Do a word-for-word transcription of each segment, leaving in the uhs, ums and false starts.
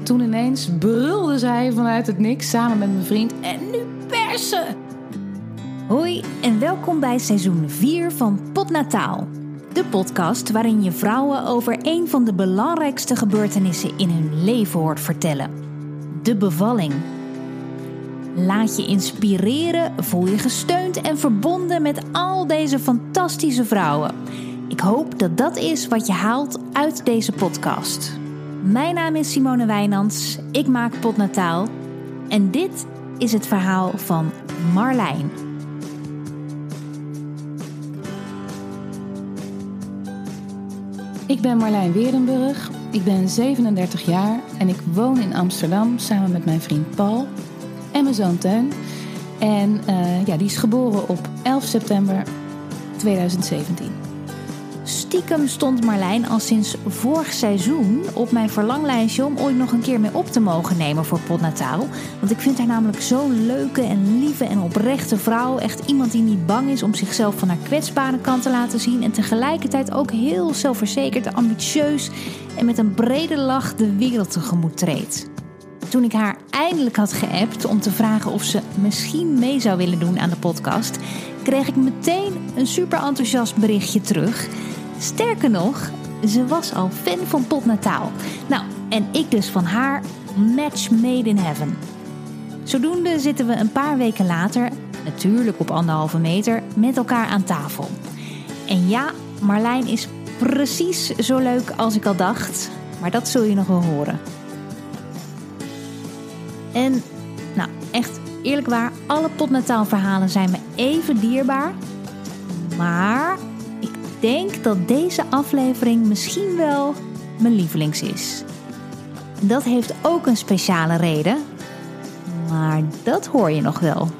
toen ineens brulde zij vanuit het niks samen met mijn vriend. En nu persen! Hoi en welkom bij seizoen vier van Potnataal. De podcast waarin je vrouwen over een van de belangrijkste gebeurtenissen in hun leven hoort vertellen. De bevalling. Laat je inspireren, voel je gesteund en verbonden met al deze fantastische vrouwen. Ik hoop dat dat is wat je haalt uit deze podcast. Mijn naam is Simone Wijnands, ik maak Potnataal en dit is het verhaal van Marlijn. Ik ben Marlijn Weerdenburg, ik ben zevenendertig jaar en ik woon in Amsterdam samen met mijn vriend Paul en mijn zoon Teun. En uh, ja, die is geboren op elf september tweeduizend zeventien. Stiekem stond Marlijn al sinds vorig seizoen op mijn verlanglijstje om ooit nog een keer mee op te mogen nemen voor Potnataal. Want ik vind haar namelijk zo'n leuke en lieve en oprechte vrouw. Echt iemand die niet bang is om zichzelf van haar kwetsbare kant te laten zien. En tegelijkertijd ook heel zelfverzekerd, ambitieus en met een brede lach de wereld tegemoet treedt. Toen ik haar eindelijk had geappt om te vragen of ze misschien mee zou willen doen aan de podcast, kreeg ik meteen een super enthousiast berichtje terug. Sterker nog, ze was al fan van Potnataal. Nou, en ik dus van haar, match made in heaven. Zodoende zitten we een paar weken later, natuurlijk op anderhalve meter, met elkaar aan tafel. En ja, Marlijn is precies zo leuk als ik al dacht, maar dat zul je nog wel horen. En, nou, echt eerlijk waar, alle Potnataal verhalen zijn me even dierbaar. Maar ik denk dat deze aflevering misschien wel mijn lievelings is. Dat heeft ook een speciale reden. Maar dat hoor je nog wel.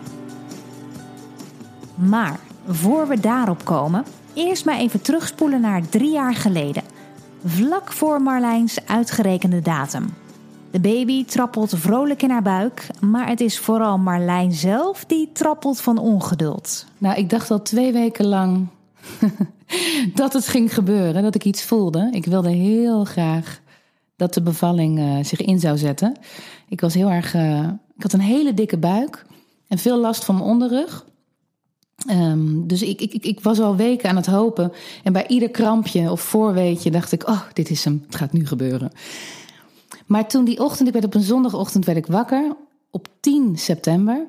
Maar voor we daarop komen, eerst maar even terugspoelen naar drie jaar geleden. Vlak voor Marlijns uitgerekende datum. De baby trappelt vrolijk in haar buik, maar het is vooral Marlijn zelf die trappelt van ongeduld. Nou, ik dacht al twee weken lang dat het ging gebeuren, dat ik iets voelde. Ik wilde heel graag dat de bevalling uh, zich in zou zetten. Ik was heel erg, uh, ik had een hele dikke buik en veel last van mijn onderrug. Um, dus ik, ik, ik was al weken aan het hopen. En bij ieder krampje of voorweetje dacht ik, oh, dit is hem, het gaat nu gebeuren. Maar toen die ochtend, ik werd op een zondagochtend werd ik wakker, op tien september.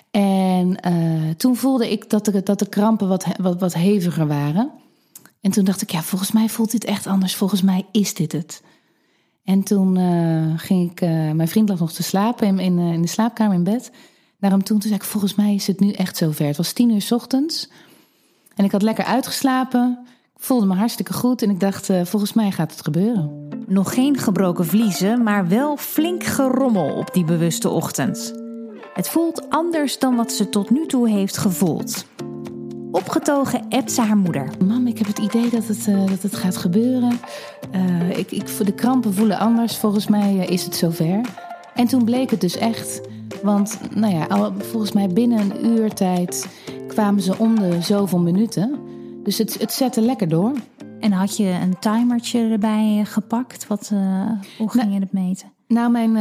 En uh, toen voelde ik dat de, dat de krampen wat, wat, wat heviger waren. En toen dacht ik, ja, volgens mij voelt dit echt anders. Volgens mij is dit het. En toen uh, ging ik, uh, mijn vriend lag nog te slapen in, in, uh, in de slaapkamer in bed. Naar hem toe, toen zei ik, volgens mij is het nu echt zover. Het was tien uur 's ochtends. En ik had lekker uitgeslapen. Ik voelde me hartstikke goed. En ik dacht, uh, volgens mij gaat het gebeuren. Nog geen gebroken vliezen, maar wel flink gerommel op die bewuste ochtend. Het voelt anders dan wat ze tot nu toe heeft gevoeld. Opgetogen appt ze haar moeder. Mam, ik heb het idee dat het, uh, dat het gaat gebeuren. Uh, ik, ik, de krampen voelen anders. Volgens mij uh, is het zover. En toen bleek het dus echt. Want nou ja, al, volgens mij binnen een uur tijd kwamen ze om de zoveel minuten. Dus het, het zette lekker door. En had je een timertje erbij gepakt? Wat, uh, hoe ging nou, je het meten? Nou, mijn,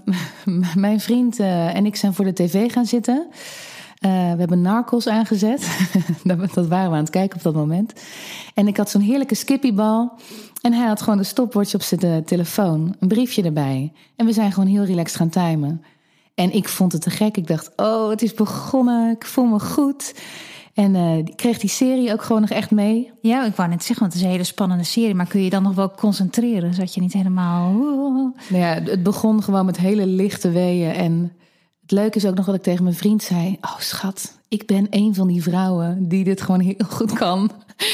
uh, mijn vriend uh, en ik zijn voor de tv gaan zitten. Uh, we hebben Narcos aangezet. Dat waren we aan het kijken op dat moment. En ik had zo'n heerlijke skippiebal. En hij had gewoon de stopwatch op zijn telefoon. Een briefje erbij. En we zijn gewoon heel relaxed gaan timen. En ik vond het te gek. Ik dacht, oh, het is begonnen. Ik voel me goed. En uh, ik kreeg die serie ook gewoon nog echt mee. Ja, ik wou net zeggen, want het is een hele spannende serie. Maar kun je dan nog wel concentreren, zodat je niet helemaal... Nou ja, het begon gewoon met hele lichte weeën. En het leuke is ook nog wat ik tegen mijn vriend zei. Oh schat, ik ben een van die vrouwen die dit gewoon heel goed kan.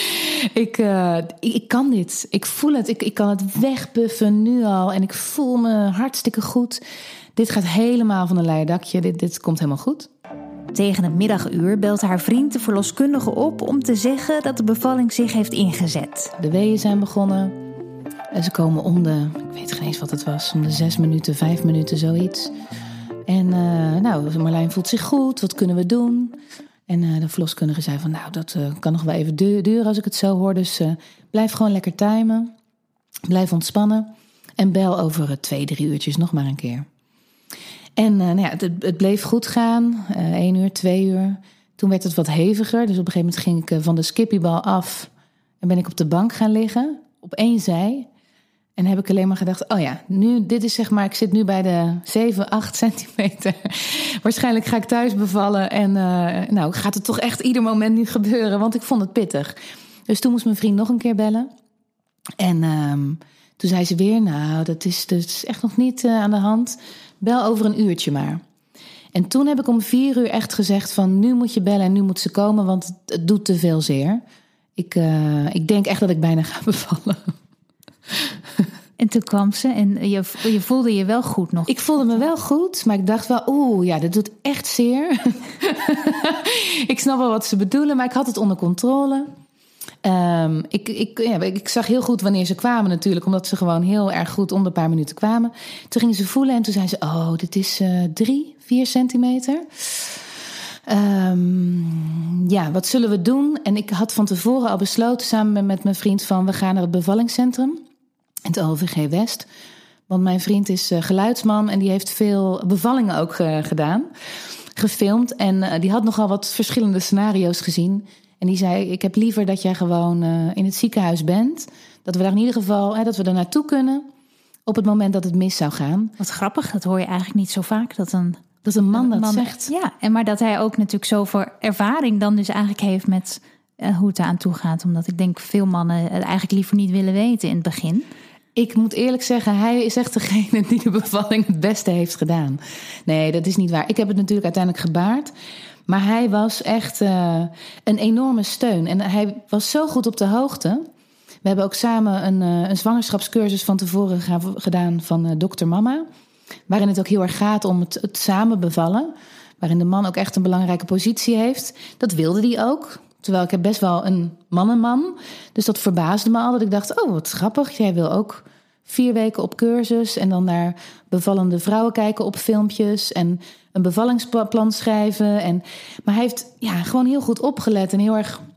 Ik, uh, ik, ik kan dit. Ik voel het. Ik, ik kan het wegbuffen nu al. En ik voel me hartstikke goed. Dit gaat helemaal van een leien dakje. Dit, dit komt helemaal goed. Tegen het middaguur belt haar vriend de verloskundige op om te zeggen dat de bevalling zich heeft ingezet. De weeën zijn begonnen. En ze komen om de, ik weet geen eens wat het was, om de zes minuten, vijf minuten, zoiets. En uh, nou, Marlijn voelt zich goed, wat kunnen we doen? En uh, de verloskundige zei van, nou, dat uh, kan nog wel even duren als ik het zo hoor. Dus uh, blijf gewoon lekker timen. Blijf ontspannen. En bel over uh, twee, drie uurtjes nog maar een keer. En uh, nou ja, het, het bleef goed gaan. Uh, één uur, twee uur. Toen werd het wat heviger. Dus op een gegeven moment ging ik uh, van de skippiebal af. En ben ik op de bank gaan liggen. Op één zij. En heb ik alleen maar gedacht, oh ja, nu, dit is zeg maar, ik zit nu bij de zeven, acht centimeter. Waarschijnlijk ga ik thuis bevallen en uh, nou gaat het toch echt ieder moment nu gebeuren, want ik vond het pittig. Dus toen moest mijn vriend nog een keer bellen. En um, toen zei ze weer, nou, dat is, dat is echt nog niet uh, aan de hand. Bel over een uurtje maar. En toen heb ik om vier uur echt gezegd van, nu moet je bellen en nu moet ze komen, want het, het doet te veel zeer. Ik, uh, ik denk echt dat ik bijna ga bevallen. En toen kwam ze en je, je voelde je wel goed nog? Ik voelde me wel goed, maar ik dacht wel, oeh, ja, dit doet echt zeer. Ik snap wel wat ze bedoelen, maar ik had het onder controle. Um, ik, ik, ja, ik zag heel goed wanneer ze kwamen natuurlijk, omdat ze gewoon heel erg goed om de paar minuten kwamen. Toen gingen ze voelen en toen zei ze, oh, dit is uh, drie, vier centimeter. Um, ja, wat zullen we doen? En ik had van tevoren al besloten samen met mijn vriend van, we gaan naar het bevallingscentrum. In het O V G West. Want mijn vriend is uh, geluidsman en die heeft veel bevallingen ook uh, gedaan. Gefilmd. En uh, die had nogal wat verschillende scenario's gezien. En die zei, ik heb liever dat jij gewoon uh, in het ziekenhuis bent. Dat we daar in ieder geval, hè, dat we er naartoe kunnen. Op het moment dat het mis zou gaan. Wat grappig, dat hoor je eigenlijk niet zo vaak. Dat een, dat een man een dat man, zegt. Ja, en maar dat hij ook natuurlijk zoveel ervaring dan dus eigenlijk heeft met uh, hoe het eraan toe gaat. Omdat ik denk veel mannen het eigenlijk liever niet willen weten in het begin. Ik moet eerlijk zeggen, hij is echt degene die de bevalling het beste heeft gedaan. Nee, dat is niet waar. Ik heb het natuurlijk uiteindelijk gebaard. Maar hij was echt uh, een enorme steun. En hij was zo goed op de hoogte. We hebben ook samen een, uh, een zwangerschapscursus van tevoren gedaan van uh, dokter Mama. Waarin het ook heel erg gaat om het, het samen bevallen. Waarin de man ook echt een belangrijke positie heeft. Dat wilde hij ook. Terwijl ik heb best wel een man-en-man. Dus dat verbaasde me al. Dat ik dacht, oh wat grappig. Jij wil ook vier weken op cursus. En dan naar bevallende vrouwen kijken op filmpjes. En een bevallingsplan schrijven. En, maar hij heeft ja, gewoon heel goed opgelet. En heel erg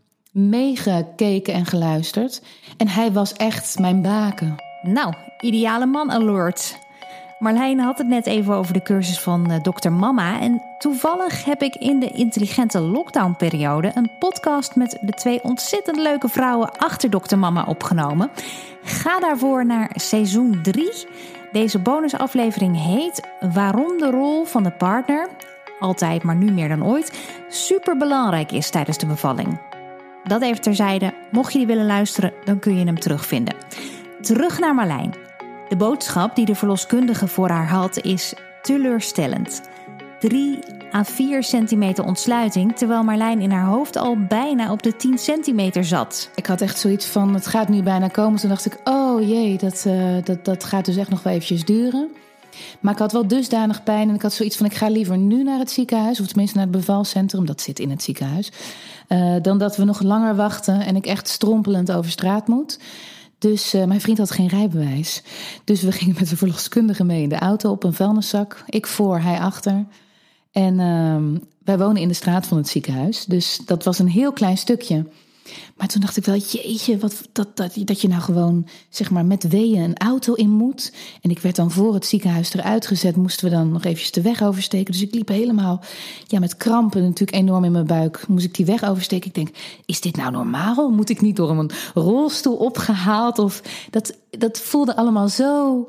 meegekeken en geluisterd. En hij was echt mijn baken. Nou, ideale man alert. Marlijn had het net even over de cursus van uh, dokter Mama. En toevallig heb ik in de intelligente lockdownperiode een podcast met de twee ontzettend leuke vrouwen achter dokter Mama opgenomen. Ga daarvoor naar seizoen drie. Deze bonusaflevering heet Waarom de rol van de partner, altijd maar nu meer dan ooit, superbelangrijk is tijdens de bevalling. Dat even terzijde. Mocht je die willen luisteren, dan kun je hem terugvinden. Terug naar Marlijn. De boodschap die de verloskundige voor haar had is teleurstellend. drie à vier centimeter ontsluiting, terwijl Marlijn in haar hoofd al bijna op de tien centimeter zat. Ik had echt zoiets van, het gaat nu bijna komen. Toen dacht ik, oh jee, dat, uh, dat, dat gaat dus echt nog wel eventjes duren. Maar ik had wel dusdanig pijn en ik had zoiets van, ik ga liever nu naar het ziekenhuis, of tenminste naar het bevalcentrum, dat zit in het ziekenhuis, uh, dan dat we nog langer wachten en ik echt strompelend over straat moet. Dus uh, mijn vriend had geen rijbewijs. Dus we gingen met de verloskundige mee in de auto op een vuilniszak. Ik voor, hij achter. En uh, wij wonen in de straat van het ziekenhuis. Dus dat was een heel klein stukje. Maar toen dacht ik wel, jeetje, wat, dat, dat, dat je nou gewoon zeg maar met weeën een auto in moet. En ik werd dan voor het ziekenhuis eruit gezet. Moesten we dan nog eventjes de weg oversteken. Dus ik liep helemaal ja, met krampen natuurlijk enorm in mijn buik. Moest ik die weg oversteken. Ik denk, is dit nou normaal? Moet ik niet door een rolstoel opgehaald? Of dat, dat voelde allemaal zo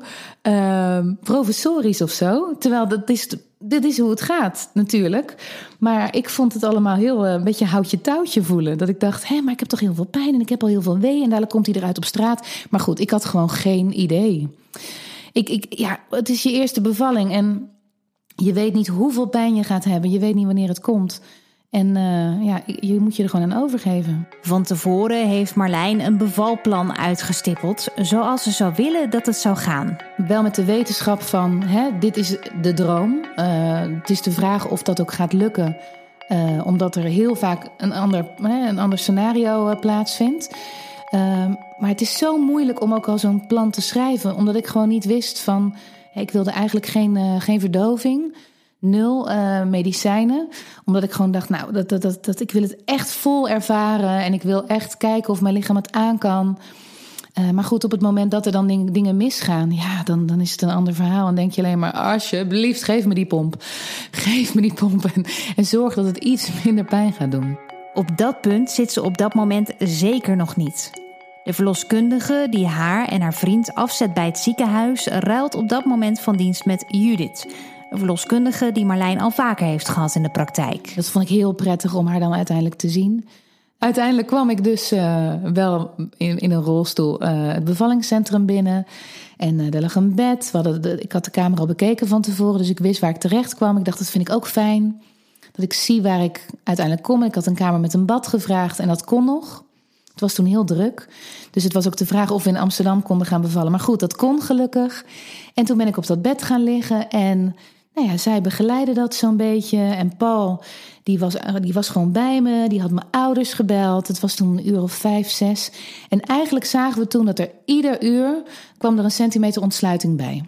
uh, professorisch of zo. Terwijl dat is... Dit is hoe het gaat, natuurlijk. Maar ik vond het allemaal heel uh, een beetje houtje-touwtje voelen. Dat ik dacht, hé, maar ik heb toch heel veel pijn en ik heb al heel veel wee. En dadelijk komt hij eruit op straat. Maar goed, ik had gewoon geen idee. Ik, ik, ja, het is je eerste bevalling en je weet niet hoeveel pijn je gaat hebben. Je weet niet wanneer het komt. En uh, ja, je moet je er gewoon aan overgeven. Van tevoren heeft Marlijn een bevalplan uitgestippeld, zoals ze zou willen dat het zou gaan. Wel met de wetenschap van, hè, dit is de droom. Uh, het is de vraag of dat ook gaat lukken. Uh, omdat er heel vaak een ander, hè, een ander scenario uh, plaatsvindt. Uh, maar het is zo moeilijk om ook al zo'n plan te schrijven. Omdat ik gewoon niet wist van, hè, ik wilde eigenlijk geen, uh, geen verdoving. Nul uh, medicijnen. Omdat ik gewoon dacht, nou, dat, dat, dat, dat, ik wil het echt vol ervaren. En ik wil echt kijken of mijn lichaam het aan kan. Uh, maar goed, op het moment dat er dan ding, dingen misgaan... ja, dan, dan is het een ander verhaal. En denk je alleen maar, alsjeblieft, geef me die pomp. Geef me die pomp en, en zorg dat het iets minder pijn gaat doen. Op dat punt zit ze op dat moment zeker nog niet. De verloskundige die haar en haar vriend afzet bij het ziekenhuis... ruilt op dat moment van dienst met Judith. Een verloskundige die Marlijn al vaker heeft gehad in de praktijk. Dat vond ik heel prettig om haar dan uiteindelijk te zien. Uiteindelijk kwam ik dus uh, wel in, in een rolstoel uh, het bevallingscentrum binnen. En uh, er lag een bed. We hadden de, ik had de kamer al bekeken van tevoren, dus ik wist waar ik terecht kwam. Ik dacht, dat vind ik ook fijn. Dat ik zie waar ik uiteindelijk kom. Ik had een kamer met een bad gevraagd en dat kon nog. Het was toen heel druk. Dus het was ook de vraag of we in Amsterdam konden gaan bevallen. Maar goed, dat kon gelukkig. En toen ben ik op dat bed gaan liggen. En nou ja, zij begeleidde dat zo'n beetje. En Paul, die was, die was gewoon bij me. Die had mijn ouders gebeld. Het was toen een uur of vijf, zes. En eigenlijk zagen we toen dat er ieder uur kwam er een centimeter ontsluiting bij.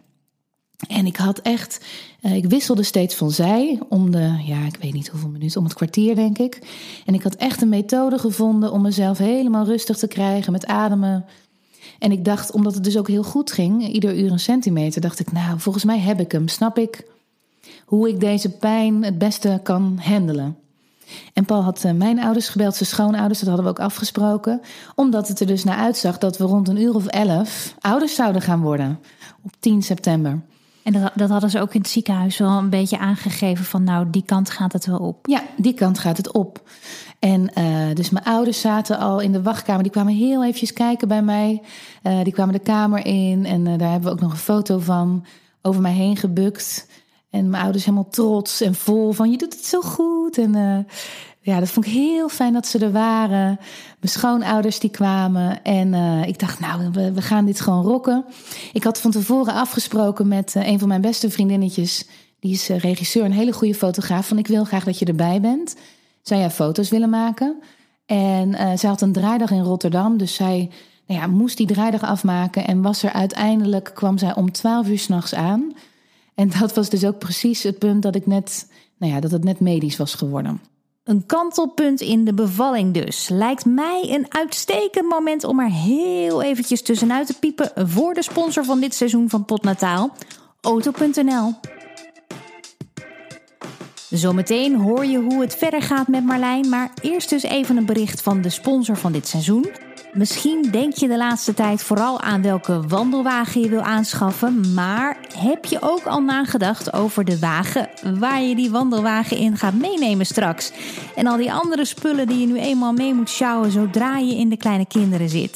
En ik had echt, uh, ik wisselde steeds van zij om de, ja, ik weet niet hoeveel minuten, om het kwartier denk ik. En ik had echt een methode gevonden om mezelf helemaal rustig te krijgen met ademen. En ik dacht, omdat het dus ook heel goed ging, ieder uur een centimeter, dacht ik, nou, volgens mij heb ik hem. Snap ik hoe ik deze pijn het beste kan handelen. En Paul had uh, mijn ouders gebeld, zijn schoonouders, dat hadden we ook afgesproken. Omdat het er dus naar uitzag dat we rond een uur of elf ouders zouden gaan worden op tien september. En dat, dat hadden ze ook in het ziekenhuis wel een beetje aangegeven van nou, die kant gaat het wel op. Ja, die kant gaat het op. En uh, dus mijn ouders zaten al in de wachtkamer. Die kwamen heel eventjes kijken bij mij. Uh, die kwamen de kamer in en uh, daar hebben we ook nog een foto van over mij heen gebukt. En mijn ouders helemaal trots en vol van je doet het zo goed. En uh, ja, dat vond ik heel fijn dat ze er waren. Mijn schoonouders die kwamen. En uh, ik dacht, nou, we, we gaan dit gewoon rocken. Ik had van tevoren afgesproken met uh, een van mijn beste vriendinnetjes. Die is uh, regisseur, een hele goede fotograaf. Van ik wil graag dat je erbij bent. Zou jij foto's willen maken? En uh, zij had een draaidag in Rotterdam. Dus zij nou ja, moest die draaidag afmaken. En was er uiteindelijk, kwam zij om twaalf uur 's nachts aan. En dat was dus ook precies het punt dat ik net, nou ja, dat het net medisch was geworden. Een kantelpunt in de bevalling dus. Lijkt mij een uitstekend moment om er heel eventjes tussenuit te piepen voor de sponsor van dit seizoen van Podnataal, Auto punt n l. Zometeen hoor je hoe het verder gaat met Marlijn, maar eerst dus even een bericht van de sponsor van dit seizoen. Misschien denk je de laatste tijd vooral aan welke wandelwagen je wil aanschaffen, maar heb je ook al nagedacht over de wagen waar je die wandelwagen in gaat meenemen straks? En al die andere spullen die je nu eenmaal mee moet sjouwen zodra je in de kleine kinderen zit.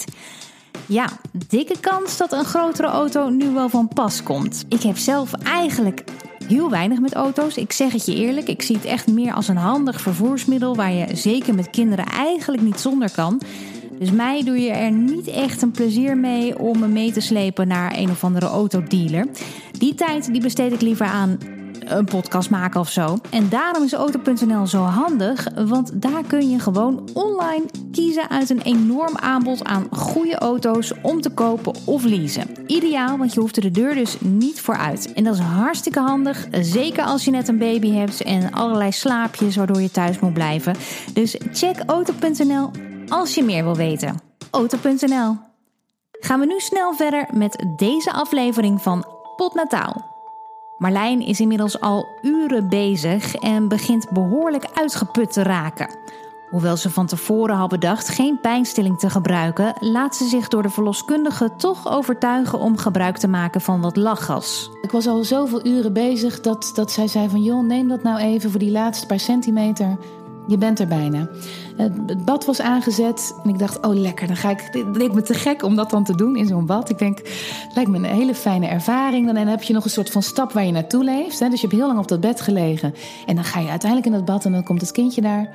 Ja, dikke kans dat een grotere auto nu wel van pas komt. Ik heb zelf eigenlijk heel weinig met auto's. Ik zeg het je eerlijk, ik zie het echt meer als een handig vervoersmiddel waar je zeker met kinderen eigenlijk niet zonder kan. Dus mij doe je er niet echt een plezier mee om me mee te slepen naar een of andere autodealer. Die tijd die besteed ik liever aan een podcast maken of zo. En daarom is Auto punt n l zo handig, want daar kun je gewoon online kiezen uit een enorm aanbod aan goede auto's om te kopen of leasen. Ideaal, want je hoeft er de deur dus niet voor uit. En dat is hartstikke handig, zeker als je net een baby hebt en allerlei slaapjes waardoor je thuis moet blijven. Dus check Auto punt n l als je meer wil weten. Auto punt n l. Gaan we nu snel verder met deze aflevering van Podnataal. Marlijn is inmiddels al uren bezig en begint behoorlijk uitgeput te raken. Hoewel ze van tevoren had bedacht geen pijnstilling te gebruiken, laat ze zich door de verloskundige toch overtuigen om gebruik te maken van wat lachgas. Ik was al zoveel uren bezig dat, dat zij zei van joh, neem dat nou even voor die laatste paar centimeter. Je bent er bijna. Het bad was aangezet en ik dacht, oh lekker, dan ga ik. Het leek me te gek om dat dan te doen in zo'n bad. Ik denk, het lijkt me een hele fijne ervaring. Dan heb je nog een soort van stap waar je naartoe leeft. Hè? Dus je hebt heel lang op dat bed gelegen. En dan ga je uiteindelijk in het bad en dan komt het kindje daar.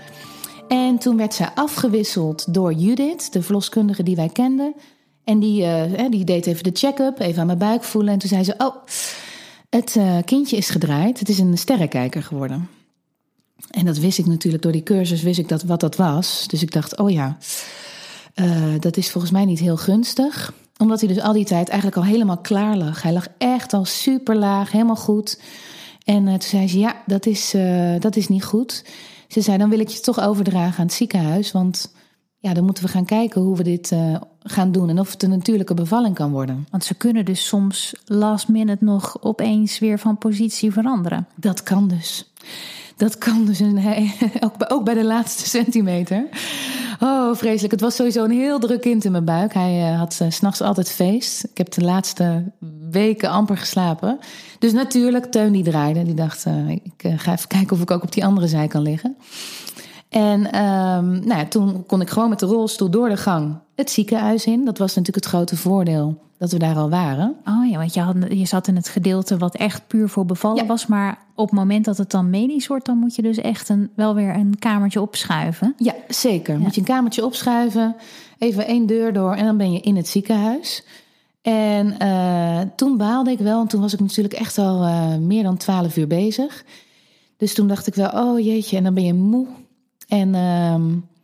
En toen werd zij afgewisseld door Judith, de verloskundige die wij kenden. En die, uh, die deed even de check-up, even aan mijn buik voelen. En toen zei ze, oh, het uh, kindje is gedraaid. Het is een sterrenkijker geworden. En dat wist ik natuurlijk, door die cursus wist ik dat, wat dat was. Dus ik dacht, oh ja, uh, dat is volgens mij niet heel gunstig. Omdat hij dus al die tijd eigenlijk al helemaal klaar lag. Hij lag echt al super laag, helemaal goed. En uh, toen zei ze, ja, dat is, uh, dat is niet goed. Ze zei, dan wil ik je toch overdragen aan het ziekenhuis. Want ja, dan moeten we gaan kijken hoe we dit uh, gaan doen en of het een natuurlijke bevalling kan worden. Want ze kunnen dus soms last minute nog opeens weer van positie veranderen. Dat kan dus. Dat kan dus. En hij, ook, bij, ook bij de laatste centimeter. Oh, vreselijk. Het was sowieso een heel druk kind in mijn buik. Hij uh, had uh, 's nachts altijd feest. Ik heb de laatste weken amper geslapen. Dus natuurlijk, Teun die draaide. Die dacht, uh, ik uh, ga even kijken of ik ook op die andere zij kan liggen. En um, nou ja, toen kon ik gewoon met de rolstoel door de gang het ziekenhuis in. Dat was natuurlijk het grote voordeel dat we daar al waren. Oh ja, want je, had, je zat in het gedeelte wat echt puur voor bevallen ja. was. Maar op het moment dat het dan medisch wordt, dan moet je dus echt een, wel weer een kamertje opschuiven. Ja, zeker. Ja. Moet je een kamertje opschuiven, even één deur door en dan ben je in het ziekenhuis. En uh, toen baalde ik wel, want toen was ik natuurlijk echt al uh, meer dan twaalf uur bezig. Dus toen dacht ik wel, oh jeetje, en dan ben je moe. En uh,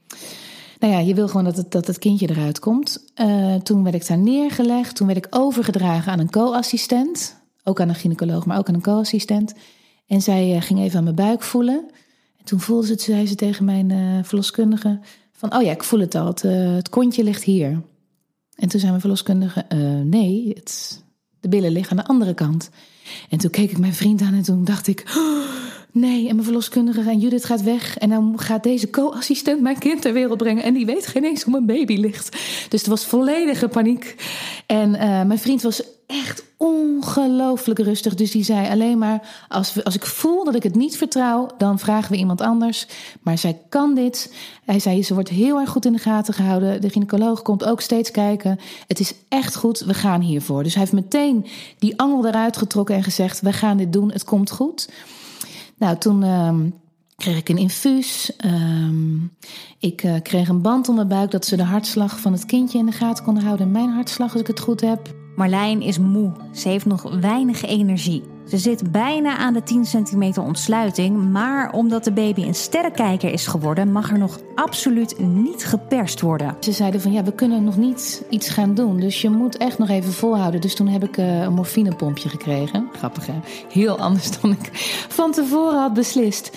nou ja, je wil gewoon dat het, dat het kindje eruit komt. Uh, toen werd ik daar neergelegd. Toen werd ik overgedragen aan een co-assistent. Ook aan een gynaecoloog, maar ook aan een co-assistent. En zij uh, ging even aan mijn buik voelen. En toen voelde ze het, zei ze tegen mijn uh, verloskundige van, oh ja, ik voel het al, het, uh, het kontje ligt hier. En toen zei mijn verloskundige, uh, nee, het, de billen liggen aan de andere kant. En toen keek ik mijn vriend aan en toen dacht ik, oh, nee, en mijn verloskundige en Judith gaat weg. En dan gaat deze co-assistent mijn kind ter wereld brengen. En die weet geen eens hoe mijn baby ligt. Dus het was volledige paniek. En uh, mijn vriend was echt ongelooflijk rustig. Dus die zei alleen maar, als, we, als ik voel dat ik het niet vertrouw, dan vragen we iemand anders. Maar zij kan dit. Hij zei, ze wordt heel erg goed in de gaten gehouden. De gynaecoloog komt ook steeds kijken. Het is echt goed, we gaan hiervoor. Dus hij heeft meteen die angel eruit getrokken en gezegd, we gaan dit doen, het komt goed. Nou, toen uh, kreeg ik een infuus. Uh, ik uh, kreeg een band om mijn buik, dat ze de hartslag van het kindje in de gaten konden houden. En mijn hartslag, als ik het goed heb. Marlijn is moe. Ze heeft nog weinig energie. Ze zit bijna aan de tien centimeter ontsluiting. Maar omdat de baby een sterrenkijker is geworden, mag er nog absoluut niet geperst worden. Ze zeiden van, ja, we kunnen nog niet iets gaan doen. Dus je moet echt nog even volhouden. Dus toen heb ik uh, een morfinepompje gekregen. Grappig, hè? Heel anders dan ik van tevoren had beslist.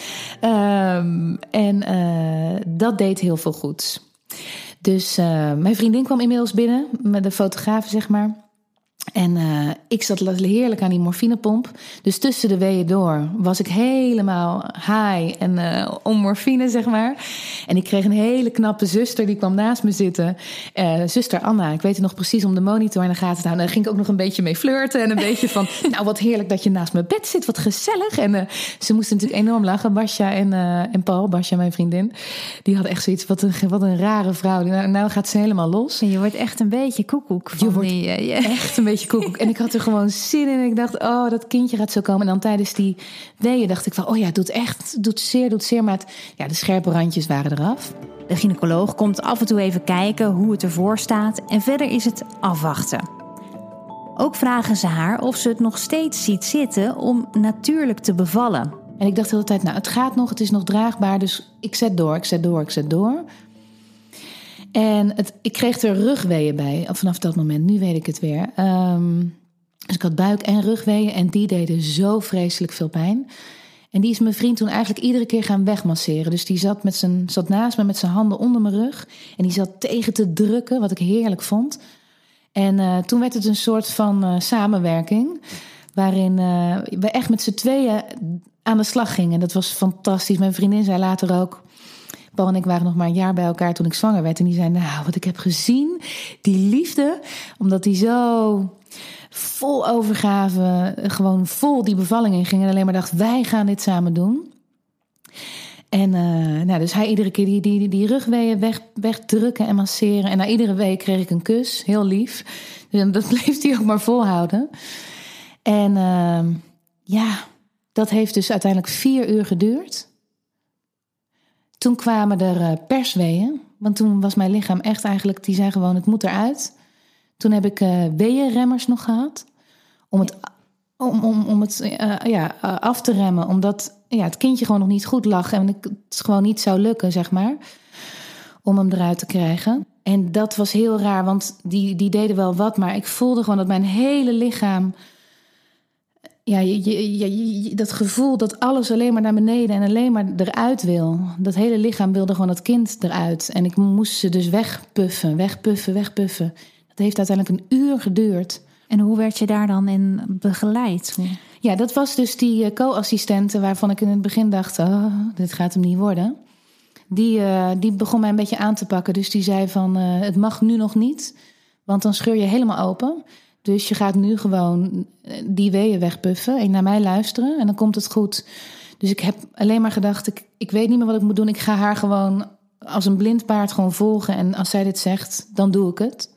Um, en uh, dat deed heel veel goeds. Dus uh, mijn vriendin kwam inmiddels binnen. Met de fotograaf, zeg maar. En uh, ik zat heerlijk aan die morfinepomp. Dus tussen de weeën door was ik helemaal high en uh, om morfine, zeg maar. En ik kreeg een hele knappe zuster, die kwam naast me zitten. Uh, zuster Anna, ik weet het nog precies, om de monitor in de gaten te houden. Daar ging ik ook nog een beetje mee flirten. En een beetje van, nou wat heerlijk dat je naast mijn bed zit, wat gezellig. En uh, ze moesten natuurlijk enorm lachen, Basja en, uh, en Paul, Basja mijn vriendin. Die had echt zoiets, wat een, wat een rare vrouw. Nou, nou gaat ze helemaal los. En je wordt echt een beetje koekoek. Van je wordt die, uh, yeah. echt een beetje koekoek. En ik had er gewoon zin in. En ik dacht, oh, dat kindje gaat zo komen. En dan tijdens die weeën dacht ik van, oh ja, het doet echt, doet zeer, doet zeer. Maar het, ja, de scherpe randjes waren eraf. De gynaecoloog komt af en toe even kijken hoe het ervoor staat. En verder is het afwachten. Ook vragen ze haar of ze het nog steeds ziet zitten om natuurlijk te bevallen. En ik dacht de hele tijd, nou, het gaat nog, het is nog draagbaar. Dus ik zet door, ik zet door, ik zet door. En het, ik kreeg er rugweeën bij vanaf dat moment. Nu weet ik het weer. Um, dus ik had buik- en rugweeën en die deden zo vreselijk veel pijn. En die is mijn vriend toen eigenlijk iedere keer gaan wegmasseren. Dus die zat, met zijn, zat naast me met zijn handen onder mijn rug. En die zat tegen te drukken, wat ik heerlijk vond. En uh, toen werd het een soort van uh, samenwerking. Waarin uh, we echt met z'n tweeën aan de slag gingen. Dat was fantastisch. Mijn vriendin zei later ook, Paul en ik waren nog maar een jaar bij elkaar toen ik zwanger werd. En die zei, nou, wat ik heb gezien, die liefde, omdat die zo vol overgave, gewoon vol die bevalling in ging. En alleen maar dacht, wij gaan dit samen doen. En uh, nou, dus hij iedere keer die, die, die, die rugweeën weg, wegdrukken en masseren. En na iedere week kreeg ik een kus, heel lief. Dus dat bleef hij ook maar volhouden. En uh, ja, dat heeft dus uiteindelijk vier uur geduurd. Toen kwamen er uh, persweeën. Want toen was mijn lichaam echt eigenlijk, die zei gewoon, het moet eruit. Toen heb ik uh, weeënremmers nog gehad. Om het, om, om, om het uh, ja, uh, af te remmen. Omdat ja, het kindje gewoon nog niet goed lag. En het gewoon niet zou lukken, zeg maar. Om hem eruit te krijgen. En dat was heel raar, want die, die deden wel wat. Maar ik voelde gewoon dat mijn hele lichaam Ja, je, je, je, je, dat gevoel dat alles alleen maar naar beneden en alleen maar eruit wil. Dat hele lichaam wilde gewoon dat kind eruit. En ik moest ze dus wegpuffen, wegpuffen, wegpuffen. Dat heeft uiteindelijk een uur geduurd. En hoe werd je daar dan in begeleid? Ja, dat was dus die co-assistente waarvan ik in het begin dacht... oh, dit gaat hem niet worden. Die, uh, die begon mij een beetje aan te pakken. Dus die zei van, uh, het mag nu nog niet. Want dan scheur je helemaal open. Dus je gaat nu gewoon die weeën wegpuffen en naar mij luisteren. En dan komt het goed. Dus ik heb alleen maar gedacht, ik, ik weet niet meer wat ik moet doen. Ik ga haar gewoon als een blind paard gewoon volgen. En als zij dit zegt, dan doe ik het.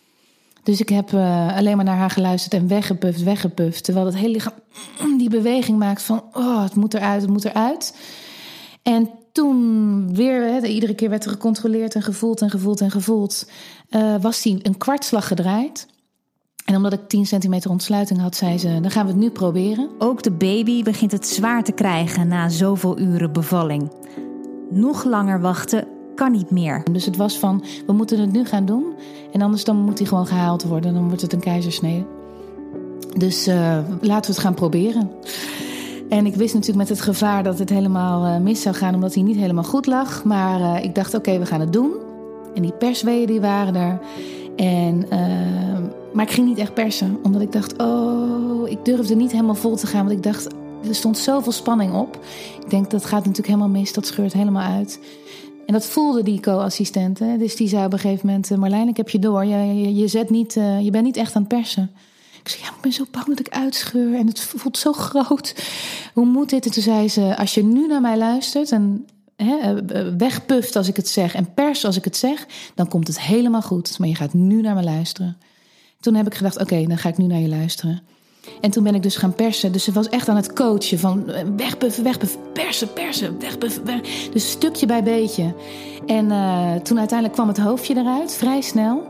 Dus ik heb uh, alleen maar naar haar geluisterd en weggepuft, weggepuft. Terwijl het hele lichaam die beweging maakt van, oh, het moet eruit, het moet eruit. En toen weer, hè, iedere keer werd er gecontroleerd en gevoeld en gevoeld en gevoeld. Uh, was die een kwartslag gedraaid. En omdat ik tien centimeter ontsluiting had, zei ze, dan gaan we het nu proberen. Ook de baby begint het zwaar te krijgen na zoveel uren bevalling. Nog langer wachten kan niet meer. Dus het was van, we moeten het nu gaan doen. En anders dan moet hij gewoon gehaald worden. Dan wordt het een keizersnede. Dus uh, laten we het gaan proberen. En ik wist natuurlijk met het gevaar dat het helemaal uh, mis zou gaan, omdat hij niet helemaal goed lag. Maar uh, ik dacht, oké, okay, we gaan het doen. En die persweeën die waren er. En, uh, maar ik ging niet echt persen. Omdat ik dacht, oh, ik durfde niet helemaal vol te gaan. Want ik dacht, er stond zoveel spanning op. Ik denk, dat gaat natuurlijk helemaal mis. Dat scheurt helemaal uit. En dat voelde die co-assistent. Hè? Dus die zei op een gegeven moment, Marlijn, ik heb je door. Je, je, je, zet niet, uh, je bent niet echt aan het persen. Ik zei, ja, ik ben zo bang dat ik uitscheur. En het voelt zo groot. Hoe moet dit? En toen zei ze, als je nu naar mij luistert en hè, wegpuft als ik het zeg en pers als ik het zeg, dan komt het helemaal goed. Maar je gaat nu naar me luisteren. Toen heb ik gedacht, oké, okay, dan ga ik nu naar je luisteren. En toen ben ik dus gaan persen. Dus ze was echt aan het coachen van wegpuffen, wegpuffen, persen, persen, wegpuffen. Weg. Dus stukje bij beetje. En uh, toen uiteindelijk kwam het hoofdje eruit, vrij snel.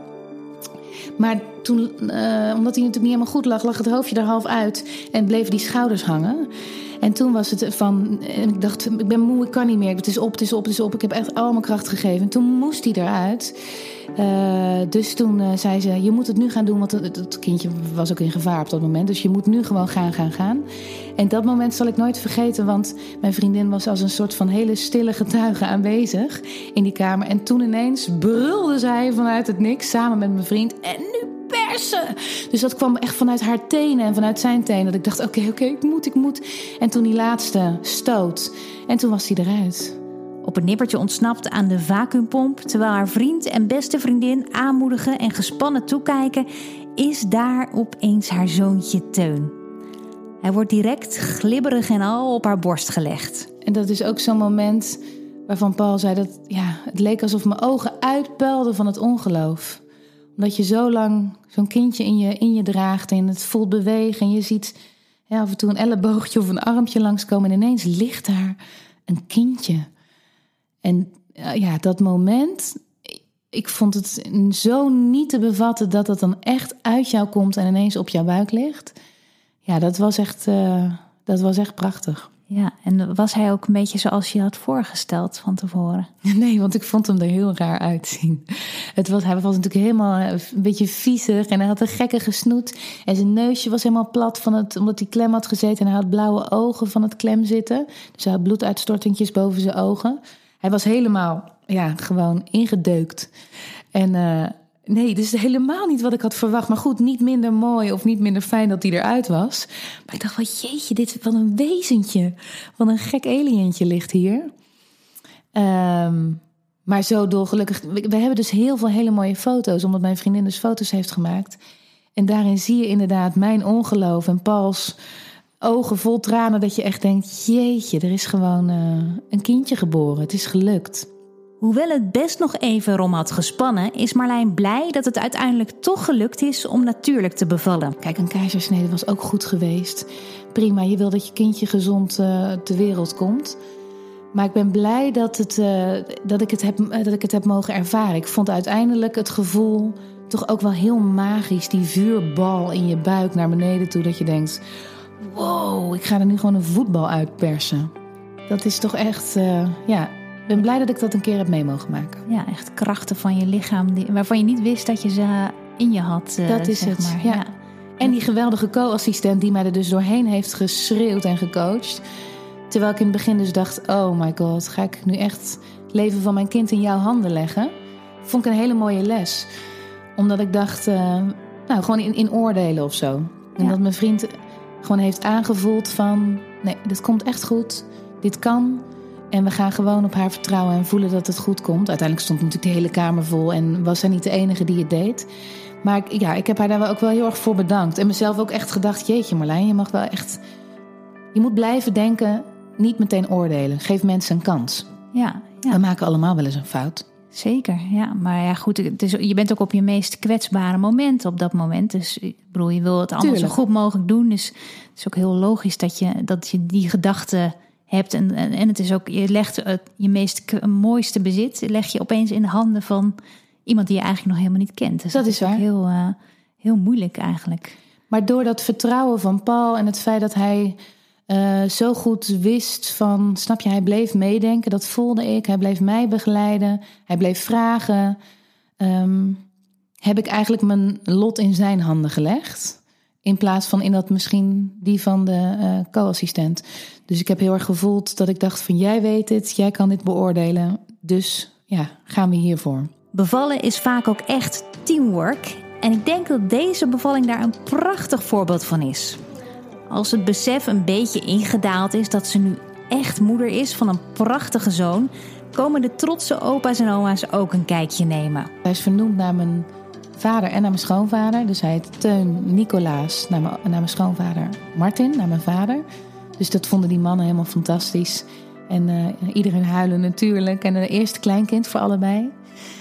Maar toen, uh, omdat hij natuurlijk niet helemaal goed lag, lag het hoofdje er half uit en bleven die schouders hangen. En toen was het van, en ik dacht, ik ben moe, ik kan niet meer. Het is op, het is op, het is op. Ik heb echt al mijn kracht gegeven. En toen moest hij eruit. Uh, dus toen uh, zei ze, je moet het nu gaan doen, want het, het kindje was ook in gevaar op dat moment. Dus je moet nu gewoon gaan, gaan, gaan. En dat moment zal ik nooit vergeten, want mijn vriendin was als een soort van hele stille getuige aanwezig in die kamer. En toen ineens brulde zij vanuit het niks, samen met mijn vriend, en nu persen! Dus dat kwam echt vanuit haar tenen en vanuit zijn tenen. Dat ik dacht, oké, okay, oké, okay, ik moet, ik moet. En toen die laatste stoot. En toen was hij eruit. Op het nippertje ontsnapt aan de vacuümpomp, terwijl haar vriend en beste vriendin aanmoedigen en gespannen toekijken, is daar opeens haar zoontje Teun. Hij wordt direct glibberig en al op haar borst gelegd. En dat is ook zo'n moment waarvan Paul zei dat ja, het leek alsof mijn ogen uitpuilden van het ongeloof. Omdat je zo lang zo'n kindje in je, in je draagt en het voelt bewegen en je ziet ja, af en toe een elleboogje of een armpje langskomen en ineens ligt daar een kindje. En ja, dat moment, ik vond het zo niet te bevatten dat het dan echt uit jou komt en ineens op jouw buik ligt. Ja, dat was echt, uh, dat was echt prachtig. Ja, en was hij ook een beetje zoals je had voorgesteld van tevoren? Nee, want ik vond hem er heel raar uitzien. Het was, hij was natuurlijk helemaal een beetje viezig en hij had een gekkige snoet. En zijn neusje was helemaal plat van het, omdat hij klem had gezeten. En hij had blauwe ogen van het klem zitten. Dus hij had bloeduitstortingjes boven zijn ogen. Hij was helemaal, ja, gewoon ingedeukt. En uh, nee, dus helemaal niet wat ik had verwacht. Maar goed, niet minder mooi of niet minder fijn dat hij eruit was. Maar ik dacht van, jeetje, dit, wat een wezentje. Wat een gek alientje ligt hier. Um, maar zo dolgelukkig. We hebben dus heel veel hele mooie foto's, omdat mijn vriendin dus foto's heeft gemaakt. En daarin zie je inderdaad mijn ongeloof en Pauls ogen vol tranen, dat je echt denkt, jeetje, er is gewoon uh, een kindje geboren. Het is gelukt. Hoewel het best nog even erom had gespannen, is Marlijn blij dat het uiteindelijk toch gelukt is om natuurlijk te bevallen. Kijk, een keizersnede was ook goed geweest. Prima, je wil dat je kindje gezond uh, ter wereld komt. Maar ik ben blij dat, het, uh, dat, ik het heb, uh, dat ik het heb mogen ervaren. Ik vond uiteindelijk het gevoel toch ook wel heel magisch. Die vuurbal in je buik naar beneden toe, dat je denkt, wow, ik ga er nu gewoon een voetbal uitpersen. Dat is toch echt, uh, ja, ik ben blij dat ik dat een keer heb mee mogen maken. Ja, echt krachten van je lichaam die, waarvan je niet wist dat je ze in je had. Uh, dat is zeg het, maar. ja. ja. En die geweldige co-assistent die mij er dus doorheen heeft geschreeuwd en gecoacht. Terwijl ik in het begin dus dacht, oh my god, ga ik nu echt het leven van mijn kind in jouw handen leggen? Vond ik een hele mooie les. Omdat ik dacht, uh, nou gewoon in, in oordelen of zo. En ja. dat mijn vriend gewoon heeft aangevoeld van, nee, dit komt echt goed. Dit kan. En we gaan gewoon op haar vertrouwen en voelen dat het goed komt. Uiteindelijk stond natuurlijk de hele kamer vol en was zij niet de enige die het deed. Maar ik, ja, ik heb haar daar wel ook wel heel erg voor bedankt. En mezelf ook echt gedacht, jeetje Marlijn, je mag wel echt... Je moet blijven denken, niet meteen oordelen. Geef mensen een kans. Ja, ja. We maken allemaal wel eens een fout. Zeker, ja. Maar ja, goed, het is, je bent ook op je meest kwetsbare moment op dat moment. Dus ik bedoel, je wil het allemaal Tuurlijk. zo goed mogelijk doen. Dus het is ook heel logisch dat je, dat je die gedachten hebt. En, en, en het is ook, je legt het, je meest mooiste bezit, leg je opeens in de handen van iemand die je eigenlijk nog helemaal niet kent. Dus dat, dat is is waar. Heel, uh, heel moeilijk eigenlijk. Maar door dat vertrouwen van Paul en het feit dat hij uh, zo goed wist van, snap je, hij bleef meedenken, dat voelde ik. Hij bleef mij begeleiden, hij bleef vragen. Um, heb ik eigenlijk mijn lot in zijn handen gelegd. In plaats van in dat misschien die van de uh, co-assistent. Dus ik heb heel erg gevoeld dat ik dacht van, jij weet het, jij kan dit beoordelen. Dus ja, gaan we hiervoor. Bevallen is vaak ook echt teamwork. En ik denk dat deze bevalling daar een prachtig voorbeeld van is. Als het besef een beetje ingedaald is dat ze nu echt moeder is van een prachtige zoon, komen de trotse opa's en oma's ook een kijkje nemen. Hij is vernoemd naar mijn vader en naar mijn schoonvader. Dus hij heet Teun Nicolaas naar mijn, naar mijn schoonvader Martin, naar mijn vader. Dus dat vonden die mannen helemaal fantastisch. En uh, iedereen huilen natuurlijk. En een eerste kleinkind voor allebei.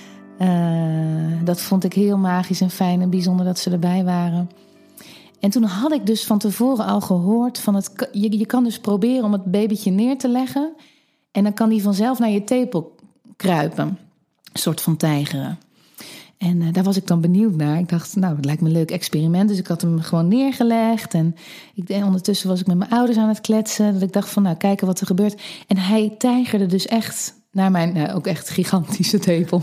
Uh, dat vond ik heel magisch en fijn en bijzonder dat ze erbij waren. En toen had ik dus van tevoren al gehoord van het, je, je kan dus proberen om het babytje neer te leggen. En dan kan die vanzelf naar je tepel kruipen. Een soort van tijgeren. En uh, daar was ik dan benieuwd naar. Ik dacht, nou, het lijkt me een leuk experiment. Dus ik had hem gewoon neergelegd. En, ik, en ondertussen was ik met mijn ouders aan het kletsen. Dat ik dacht van, nou, kijken wat er gebeurt. En hij tijgerde dus echt naar mijn, nou, ook echt gigantische tepel.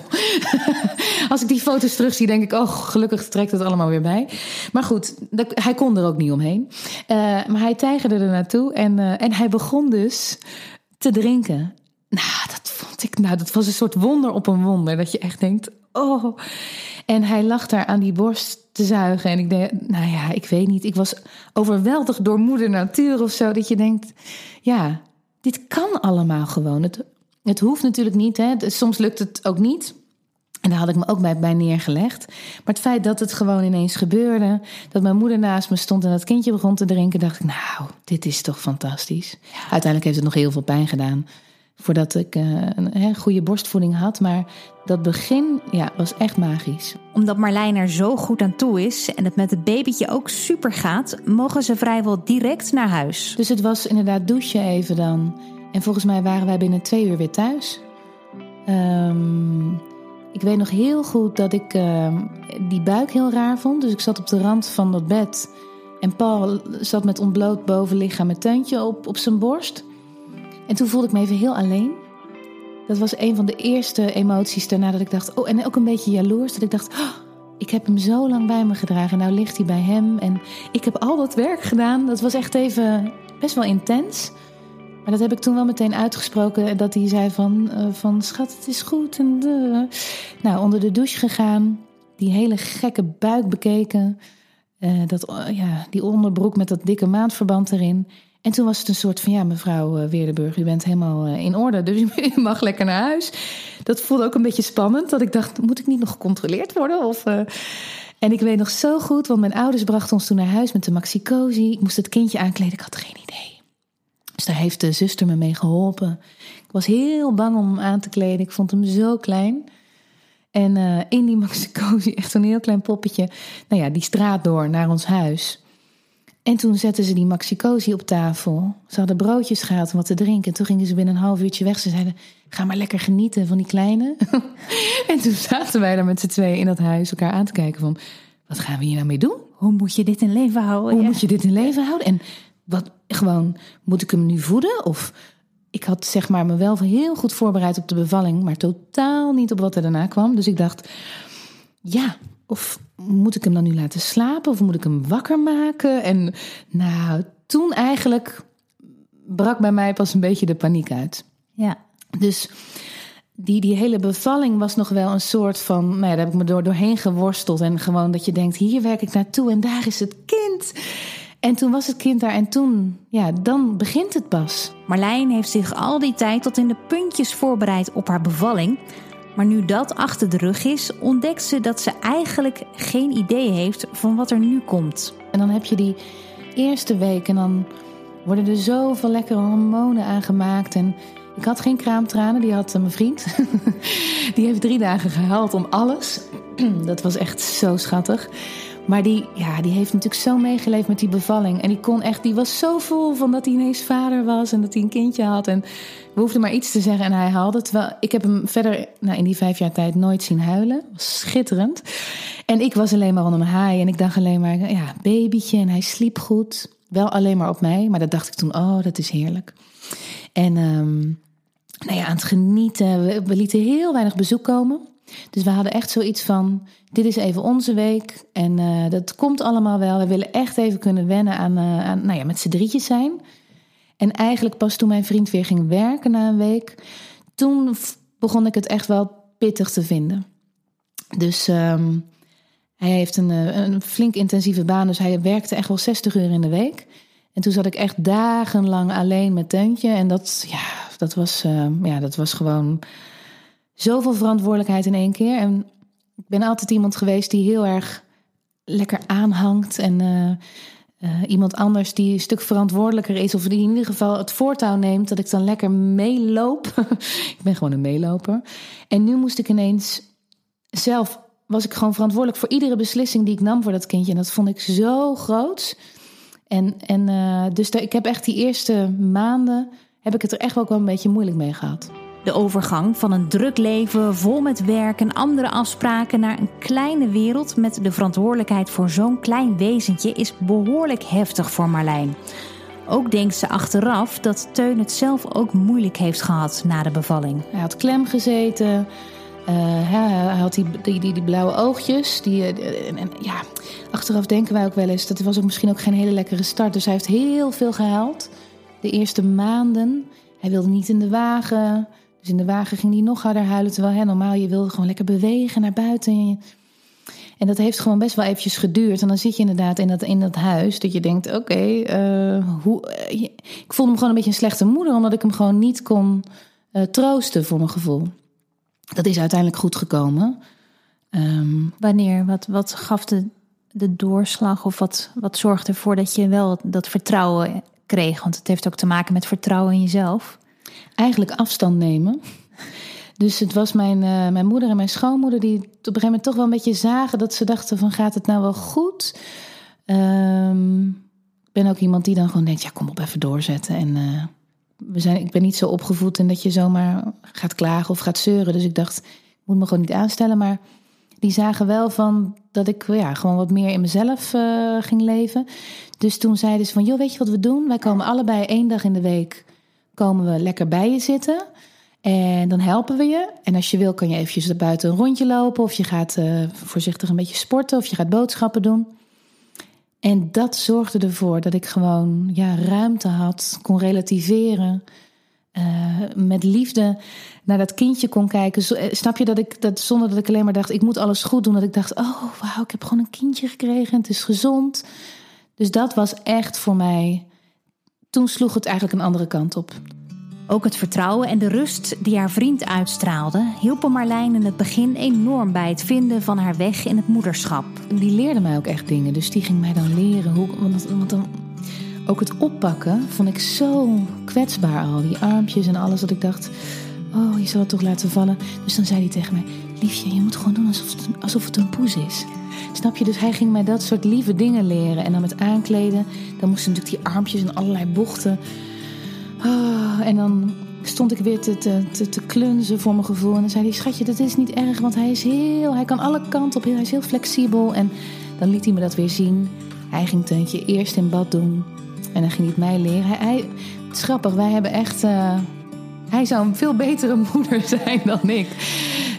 Als ik die foto's terugzie, denk ik, oh, gelukkig trekt het allemaal weer bij. Maar goed, dat, hij kon er ook niet omheen. Uh, maar hij tijgerde er naartoe. En, uh, en hij begon dus te drinken. Nou, dat vond ik, nou, dat was een soort wonder op een wonder. Dat je echt denkt, oh. En hij lag daar aan die borst te zuigen. En ik denk, nou ja, ik weet niet. Ik was overweldigd door moeder natuur of zo. Dat je denkt, ja, dit kan allemaal gewoon. Het, het hoeft natuurlijk niet, hè. Soms lukt het ook niet. En daar had ik me ook bij, bij neergelegd. Maar het feit dat het gewoon ineens gebeurde, dat mijn moeder naast me stond en dat kindje begon te drinken, dacht ik, nou, dit is toch fantastisch. Ja. Uiteindelijk heeft het nog heel veel pijn gedaan voordat ik uh, een he, goede borstvoeding had. Maar dat begin, ja, was echt magisch. Omdat Marlijn er zo goed aan toe is en het met het babytje ook super gaat, mogen ze vrijwel direct naar huis. Dus het was inderdaad douchen even dan. En volgens mij waren wij binnen twee uur weer thuis. Um, ik weet nog heel goed dat ik uh, die buik heel raar vond. Dus ik zat op de rand van dat bed. En Paul zat met ontbloot bovenlichaam met Teuntje op, op zijn borst. En toen voelde ik me even heel alleen. Dat was een van de eerste emoties daarna dat ik dacht, oh, en ook een beetje jaloers. Dat ik dacht, oh, ik heb hem zo lang bij me gedragen. Nou ligt hij bij hem. En ik heb al dat werk gedaan. Dat was echt even best wel intens. Maar dat heb ik toen wel meteen uitgesproken. Dat hij zei van, uh, van schat, het is goed. En, uh. Nou, onder de douche gegaan. Die hele gekke buik bekeken. Uh, dat, uh, ja, die onderbroek met dat dikke maandverband erin. En toen was het een soort van, ja, mevrouw uh, Weerdenburg, u bent helemaal uh, in orde. Dus u mag lekker naar huis. Dat voelde ook een beetje spannend. Dat ik dacht, moet ik niet nog gecontroleerd worden? Of, uh... En ik weet nog zo goed, want mijn ouders brachten ons toen naar huis met de Maxi-Cosi. Ik moest het kindje aankleden, ik had geen idee. Dus daar heeft de zuster me mee geholpen. Ik was heel bang om hem aan te kleden. Ik vond hem zo klein. En uh, in die Maxi-Cosi, echt zo'n heel klein poppetje. Nou ja, die straat door naar ons huis. En toen zetten ze die Maxi-Cosi op tafel. Ze hadden broodjes gehaald om wat te drinken. En toen gingen ze binnen een half uurtje weg. Ze zeiden, ga maar lekker genieten van die kleine. En toen zaten wij daar met z'n tweeën in dat huis elkaar aan te kijken van, wat gaan we hier nou mee doen? Hoe moet je dit in leven houden? Hoe ja. moet je dit in leven houden? En wat, gewoon, moet ik hem nu voeden? Of ik had zeg maar me wel heel goed voorbereid op de bevalling, maar totaal niet op wat er daarna kwam. Dus ik dacht, ja, of moet ik hem dan nu laten slapen? Of moet ik hem wakker maken? En nou, toen eigenlijk brak bij mij pas een beetje de paniek uit. Ja. Dus die, die hele bevalling was nog wel een soort van... Nou ja, daar heb ik me door, doorheen geworsteld. En gewoon dat je denkt, hier werk ik naartoe en daar is het kind. En toen was het kind daar en toen, ja, dan begint het pas. Marlijn heeft zich al die tijd tot in de puntjes voorbereid op haar bevalling. Maar nu dat achter de rug is, ontdekt ze dat ze eigenlijk geen idee heeft van wat er nu komt. En dan heb je die eerste week en dan worden er zoveel lekkere hormonen aangemaakt. En ik had geen kraamtranen, die had mijn vriend. Die heeft drie dagen gehuild om alles. Dat was echt zo schattig. Maar die, ja, die heeft natuurlijk zo meegeleefd met die bevalling. En die kon echt, die was zo vol van dat hij ineens vader was en dat hij een kindje had. En we hoefden maar iets te zeggen en hij haalde. Terwijl ik heb hem verder nou, in die vijf jaar tijd nooit zien huilen. Dat was schitterend. En ik was alleen maar aan hem haaien. En ik dacht alleen maar, ja, babytje. En hij sliep goed. Wel alleen maar op mij. Maar dat dacht ik toen, oh, dat is heerlijk. En um, nou ja, aan het genieten. We, we lieten heel weinig bezoek komen. Dus we hadden echt zoiets van, dit is even onze week. En uh, dat komt allemaal wel. We willen echt even kunnen wennen aan, uh, aan nou ja, met z'n drietjes zijn. En eigenlijk pas toen mijn vriend weer ging werken na een week, toen begon ik het echt wel pittig te vinden. Dus um, hij heeft een, een flink intensieve baan, dus hij werkte echt wel zestig uur in de week. En toen zat ik echt dagenlang alleen met Teuntje. En dat, ja, dat was, uh, ja, dat was gewoon zoveel verantwoordelijkheid in één keer. En ik ben altijd iemand geweest die heel erg lekker aanhangt. En uh, uh, iemand anders die een stuk verantwoordelijker is. Of die in ieder geval het voortouw neemt. Dat ik dan lekker meeloop. Ik ben gewoon een meeloper. En nu moest ik ineens zelf, was ik gewoon verantwoordelijk voor iedere beslissing die ik nam voor dat kindje. En dat vond ik zo groot. En, en uh, dus de, ik heb echt die eerste maanden, heb ik het er echt wel een beetje moeilijk mee gehad. De overgang van een druk leven vol met werk en andere afspraken naar een kleine wereld met de verantwoordelijkheid voor zo'n klein wezentje is behoorlijk heftig voor Marlijn. Ook denkt ze achteraf dat Teun het zelf ook moeilijk heeft gehad na de bevalling. Hij had klem gezeten, uh, hij, hij had die, die, die, die blauwe oogjes. Die, uh, en, en, ja, achteraf denken wij ook wel eens, dat was ook misschien ook geen hele lekkere start. Dus hij heeft heel veel gehuild de eerste maanden. Hij wilde niet in de wagen. Dus in de wagen ging hij nog harder huilen. Terwijl hè, normaal, je wilde gewoon lekker bewegen naar buiten. En dat heeft gewoon best wel eventjes geduurd. En dan zit je inderdaad in dat, in dat huis. Dat je denkt, oké, okay, uh, hoe... Uh, ik voelde me gewoon een beetje een slechte moeder. Omdat ik hem gewoon niet kon uh, troosten voor mijn gevoel. Dat is uiteindelijk goed gekomen. Um, Wanneer? Wat, wat gaf de, de doorslag? Of wat, wat zorgde ervoor dat je wel dat vertrouwen kreeg? Want het heeft ook te maken met vertrouwen in jezelf. Eigenlijk afstand nemen. Dus het was mijn, uh, mijn moeder en mijn schoonmoeder die op een gegeven moment toch wel een beetje zagen dat ze dachten van, gaat het nou wel goed? Um, ik ben ook iemand die dan gewoon denkt, ja, kom op, even doorzetten. En uh, we zijn, ik ben niet zo opgevoed en dat je zomaar gaat klagen of gaat zeuren. Dus ik dacht, ik moet me gewoon niet aanstellen. Maar die zagen wel van dat ik ja, gewoon wat meer in mezelf uh, ging leven. Dus toen zeiden ze van, joh, weet je wat we doen? Wij komen allebei één dag in de week, komen we lekker bij je zitten. En dan helpen we je. En als je wil, kan je eventjes buiten een rondje lopen. Of je gaat uh, voorzichtig een beetje sporten. Of je gaat boodschappen doen. En dat zorgde ervoor dat ik gewoon ja, ruimte had. Kon relativeren. Uh, met liefde naar dat kindje kon kijken. Snap je dat ik dat zonder dat ik alleen maar dacht, ik moet alles goed doen. Dat ik dacht, oh wauw, ik heb gewoon een kindje gekregen. Het is gezond. Dus dat was echt voor mij. Toen sloeg het eigenlijk een andere kant op. Ook het vertrouwen en de rust die haar vriend uitstraalde hielpen Marlijn in het begin enorm bij het vinden van haar weg in het moederschap. Die leerde mij ook echt dingen, dus die ging mij dan leren. Hoe, want, want dan, ook het oppakken vond ik zo kwetsbaar al. Die armpjes en alles, dat ik dacht, oh, je zal het toch laten vallen. Dus dan zei hij tegen mij, liefje, je moet gewoon doen alsof het, alsof het een poes is. Snap je? Dus hij ging mij dat soort lieve dingen leren. En dan met aankleden, dan moesten natuurlijk die armpjes en allerlei bochten. Oh, en dan stond ik weer te, te, te, te klunzen voor mijn gevoel. En dan zei hij, schatje, dat is niet erg, want hij is heel, hij kan alle kanten op, hij is heel flexibel. En dan liet hij me dat weer zien. Hij ging Teuntje eerst in bad doen. En dan ging hij het mij leren. Hij, hij, het is grappig, wij hebben echt, uh, hij zou een veel betere moeder zijn dan ik.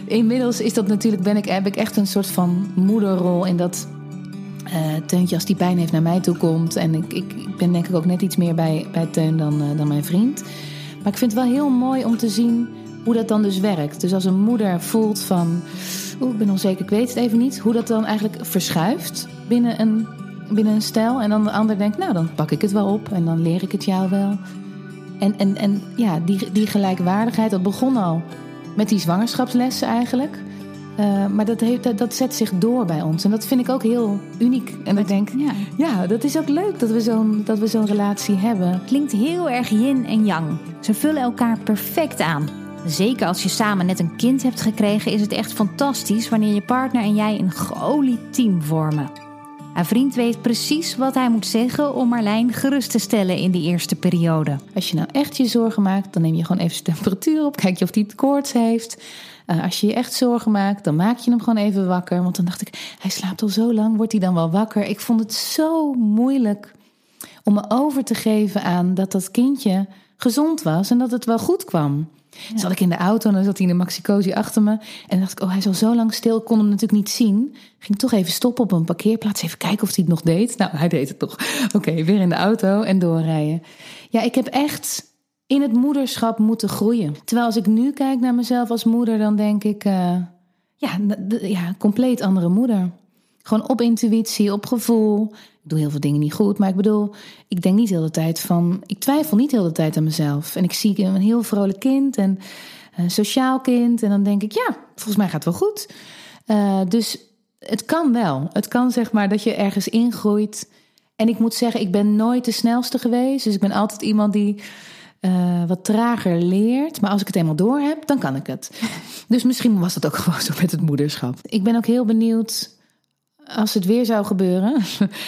inmiddels is dat natuurlijk, ben ik, heb ik echt een soort van moederrol in dat uh, Teuntje als die pijn heeft naar mij toe komt. En ik, ik, ik ben denk ik ook net iets meer bij, bij Teun dan, uh, dan mijn vriend. Maar ik vind het wel heel mooi om te zien hoe dat dan dus werkt. Dus als een moeder voelt van, oeh, ik ben onzeker, ik weet het even niet. Hoe dat dan eigenlijk verschuift binnen een, binnen een stel. En dan de ander denkt, nou dan pak ik het wel op en dan leer ik het jou wel. En, en, en ja, die, die gelijkwaardigheid, dat begon al met die zwangerschapslessen eigenlijk. Uh, maar dat, heeft, dat, dat zet zich door bij ons. En dat vind ik ook heel uniek. En ik denk, ja. ja, dat is ook leuk dat we, zo'n, dat we zo'n relatie hebben. Klinkt heel erg yin en yang. Ze vullen elkaar perfect aan. Zeker als je samen net een kind hebt gekregen, is het echt fantastisch wanneer je partner en jij een geolied team vormen. Haar vriend weet precies wat hij moet zeggen om Marlijn gerust te stellen in die eerste periode. Als je nou echt je zorgen maakt, dan neem je gewoon even zijn temperatuur op. Kijk je of hij koorts heeft. Uh, als je je echt zorgen maakt, dan maak je hem gewoon even wakker. Want dan dacht ik, hij slaapt al zo lang, wordt hij dan wel wakker? Ik vond het zo moeilijk om me over te geven aan dat dat kindje gezond was en dat het wel goed kwam. Ja. Dan zat ik in de auto en dan zat hij in de Maxi-Cosi achter me. En dan dacht ik, oh, hij is al zo lang stil. Ik kon hem natuurlijk niet zien. Ging toch even stoppen op een parkeerplaats. Even kijken of hij het nog deed. Nou, hij deed het toch. Oké, okay, weer in de auto en doorrijden. Ja, ik heb echt in het moederschap moeten groeien. Terwijl als ik nu kijk naar mezelf als moeder, dan denk ik, uh, ja, ja, compleet andere moeder. Gewoon op intuïtie, op gevoel. Ik doe heel veel dingen niet goed, maar ik bedoel, ik denk niet de hele tijd van, ik twijfel niet de hele tijd aan mezelf. En ik zie een heel vrolijk kind en een sociaal kind. En dan denk ik, ja, volgens mij gaat het wel goed. Uh, dus het kan wel. Het kan zeg maar dat je ergens ingroeit. En ik moet zeggen, ik ben nooit de snelste geweest. Dus ik ben altijd iemand die uh, wat trager leert. Maar als ik het eenmaal door heb, dan kan ik het. Dus misschien was dat ook gewoon zo met het moederschap. Ik ben ook heel benieuwd, als het weer zou gebeuren,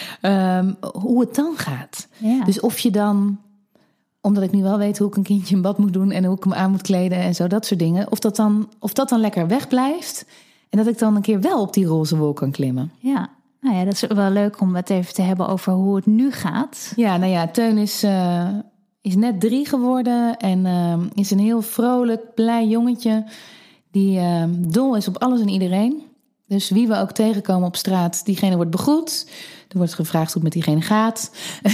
um, hoe het dan gaat. Ja. Dus of je dan, omdat ik nu wel weet hoe ik een kindje in bad moet doen en hoe ik hem aan moet kleden en zo, dat soort dingen, of dat dan, of dat dan lekker wegblijft en dat ik dan een keer wel op die roze wolk kan klimmen. Ja, nou ja, dat is wel leuk om het even te hebben over hoe het nu gaat. Ja, nou ja, Teun is, uh, is net drie geworden en uh, is een heel vrolijk, blij jongetje die uh, dol is op alles en iedereen. Dus wie we ook tegenkomen op straat, diegene wordt begroet. Er wordt gevraagd hoe het met diegene gaat.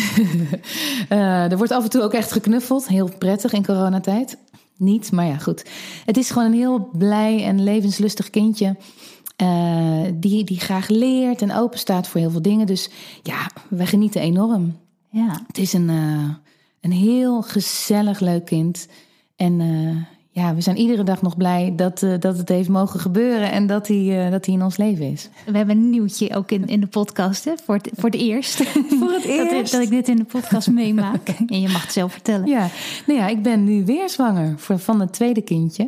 uh, er wordt af en toe ook echt geknuffeld. Heel prettig in coronatijd. Niet, maar ja, goed. Het is gewoon een heel blij en levenslustig kindje. Uh, die, die graag leert en open staat voor heel veel dingen. Dus ja, wij genieten enorm. Ja. Het is een, uh, een heel gezellig, leuk kind. En Uh, ja, we zijn iedere dag nog blij dat, uh, dat het heeft mogen gebeuren en dat hij, uh, dat hij in ons leven is. We hebben een nieuwtje ook in, in de podcast, hè? Voor, het, voor het eerst. Voor het eerst. Dat, dat ik dit in de podcast meemaak. En je mag het zelf vertellen. Ja, nou ja, ik ben nu weer zwanger voor, van het tweede kindje.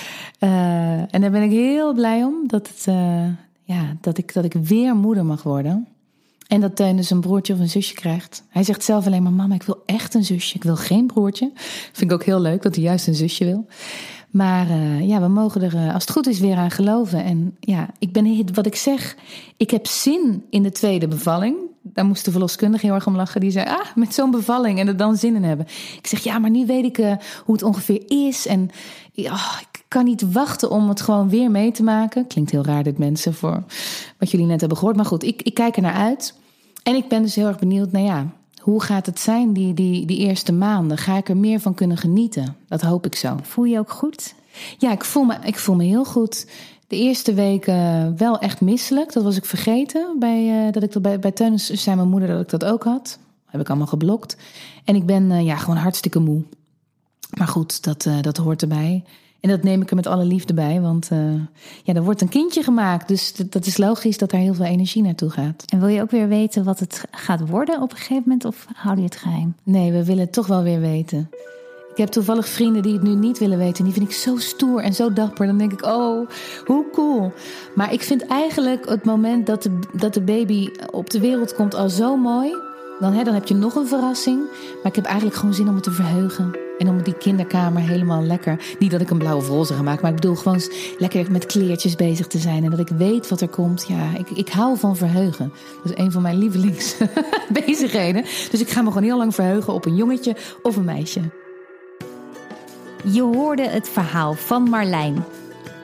Uh, en daar ben ik heel blij om dat, het, uh, ja, dat, ik, dat ik weer moeder mag worden. En dat Teun dus een broertje of een zusje krijgt. Hij zegt zelf alleen maar, mama, ik wil echt een zusje. Ik wil geen broertje. Vind ik ook heel leuk dat hij juist een zusje wil. Maar uh, ja, we mogen er, uh, als het goed is, weer aan geloven. En ja, ik ben, wat ik zeg, ik heb zin in de tweede bevalling. Daar moest de verloskundige heel erg om lachen. Die zei, ah, met zo'n bevalling en er dan zin in hebben. Ik zeg, ja, maar nu weet ik uh, hoe het ongeveer is. En oh, ik kan niet wachten om het gewoon weer mee te maken. Klinkt heel raar dit, mensen, voor wat jullie net hebben gehoord. Maar goed, ik, ik kijk er naar uit. En ik ben dus heel erg benieuwd, nou ja, hoe gaat het zijn die, die, die eerste maanden? Ga ik er meer van kunnen genieten? Dat hoop ik zo. Voel je ook goed? Ja, ik voel me, ik voel me heel goed. De eerste weken wel echt misselijk. Dat was ik vergeten. Bij, uh, dat ik dat bij, bij Teun zei mijn moeder dat ik dat ook had. Heb ik allemaal geblokt. En ik ben uh, ja, gewoon hartstikke moe. Maar goed, dat, uh, dat hoort erbij. En dat neem ik er met alle liefde bij. Want uh, ja, er wordt een kindje gemaakt. Dus dat, dat is logisch dat daar heel veel energie naartoe gaat. En wil je ook weer weten wat het gaat worden op een gegeven moment? Of hou je het geheim? Nee, we willen het toch wel weer weten. Ik heb toevallig vrienden die het nu niet willen weten. Die vind ik zo stoer en zo dapper. Dan denk ik, oh, hoe cool. Maar ik vind eigenlijk het moment dat de, dat de baby op de wereld komt al zo mooi. Dan, hè, dan heb je nog een verrassing. Maar ik heb eigenlijk gewoon zin om het te verheugen. En om die kinderkamer helemaal lekker. Niet dat ik een blauw of roze ga maken. Maar ik bedoel gewoon lekker met kleertjes bezig te zijn. En dat ik weet wat er komt. Ja, ik, ik hou van verheugen. Dat is een van mijn lievelingsbezigheden. Dus ik ga me gewoon heel lang verheugen op een jongetje of een meisje. Je hoorde het verhaal van Marlijn.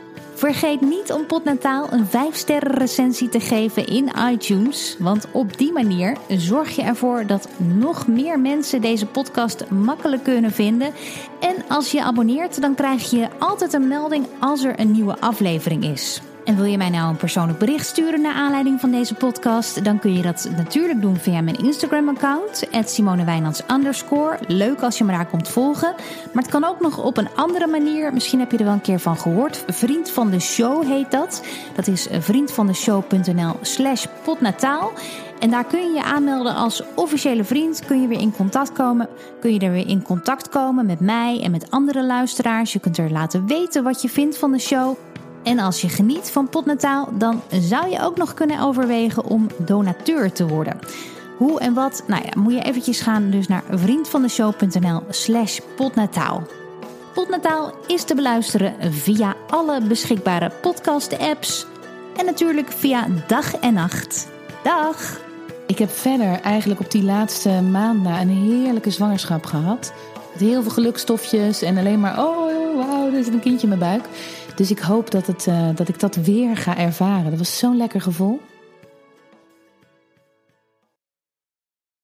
Vergeet niet om Podnataal een vijf sterren recensie te geven in iTunes. Want op die manier zorg je ervoor dat nog meer mensen deze podcast makkelijk kunnen vinden. En als je abonneert, dan krijg je altijd een melding als er een nieuwe aflevering is. En wil je mij nou een persoonlijk bericht sturen naar aanleiding van deze podcast? Dan kun je dat natuurlijk doen via mijn Instagram-account, at simonewijnands underscore. Leuk als je me daar komt volgen. Maar het kan ook nog op een andere manier. Misschien heb je er wel een keer van gehoord. Vriend van de show heet dat. Dat is vriendvandeshow.nl slash podnataal. En daar kun je je aanmelden als officiële vriend. Kun je weer in contact komen. Kun je er weer in contact komen met mij en met andere luisteraars. Je kunt er laten weten wat je vindt van de show. En als je geniet van Podnataal, dan zou je ook nog kunnen overwegen om donateur te worden. Hoe en wat? Nou ja, moet je eventjes gaan dus naar vriendvandeshow.nl slash podnataal. Podnataal is te beluisteren via alle beschikbare podcast-apps. En natuurlijk via dag en nacht. Dag! Ik heb verder eigenlijk op die laatste maand na een heerlijke zwangerschap gehad. Met heel veel gelukstofjes en alleen maar, oh wauw, er zit een kindje in mijn buik. Dus ik hoop dat, het, uh, dat ik dat weer ga ervaren. Dat was zo'n lekker gevoel.